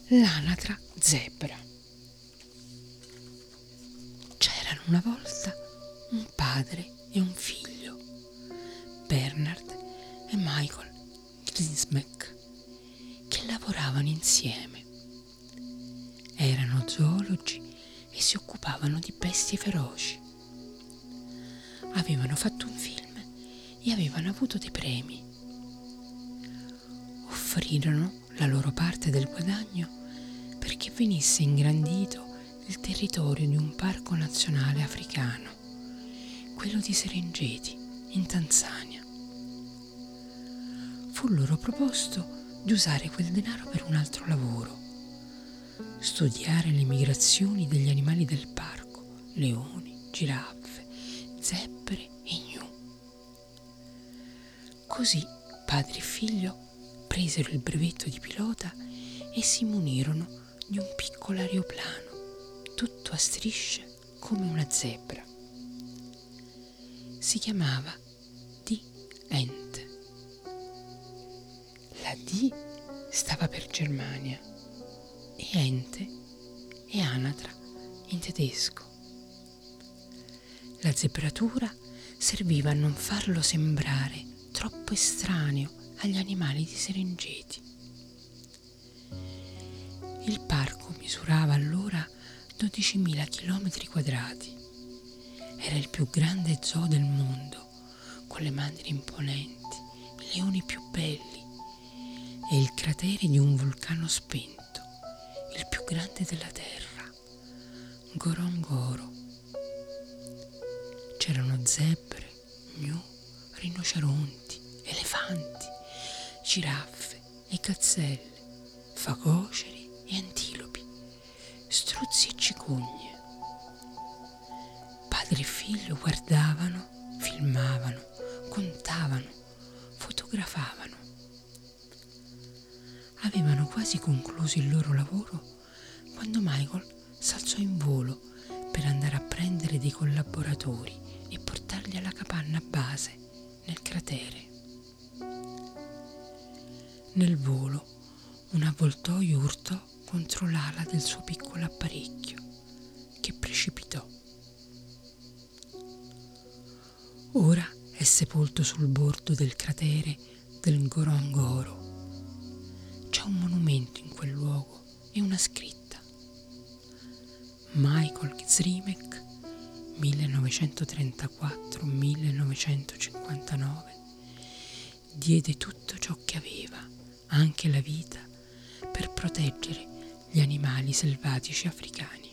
L'anatra zebra. C'erano una volta un padre e un figlio, Bernard e Michael Grismeck, che lavoravano insieme. Erano zoologi e si occupavano di bestie feroci. Avevano fatto un film e avevano avuto dei premi. Offrirono la loro parte del guadagno perché venisse ingrandito il territorio di un parco nazionale africano, quello di Serengeti, in Tanzania. Fu loro proposto di usare quel denaro per un altro lavoro: studiare le migrazioni degli animali del parco, leoni, giraffe, zebre e gnu. Così padre e figlio presero il brevetto di pilota e si munirono di un piccolo aeroplano, tutto a strisce come una zebra. Si chiamava D-Ent. La D stava per Germania e Ente è anatra in tedesco. La zebratura serviva a non farlo sembrare troppo estraneo agli animali di Serengeti. Il parco misurava allora 12.000 chilometri quadrati. Era il più grande zoo del mondo, con le mandrie imponenti, i leoni più belli e il cratere di un vulcano spento, il più grande della terra, Ngorongoro. C'erano zebre, gnu, rinoceronti, elefanti, giraffe e gazzelle, fagoceri e antilopi, struzzi e cicogne. Padre e figlio guardavano, filmavano, contavano, fotografavano. Avevano quasi concluso il loro lavoro quando Michael s'alzò in volo per andare a prendere dei collaboratori e portarli alla capanna base nel cratere. Nel volo un avvoltoio urtò contro l'ala del suo piccolo apparecchio, che precipitò. Ora è sepolto sul bordo del cratere del Ngorongoro. C'è un monumento in quel luogo e una scritta: Michael Grismeck, 1934-1959, diede tutto ciò che aveva, anche la vita, per proteggere gli animali selvatici africani.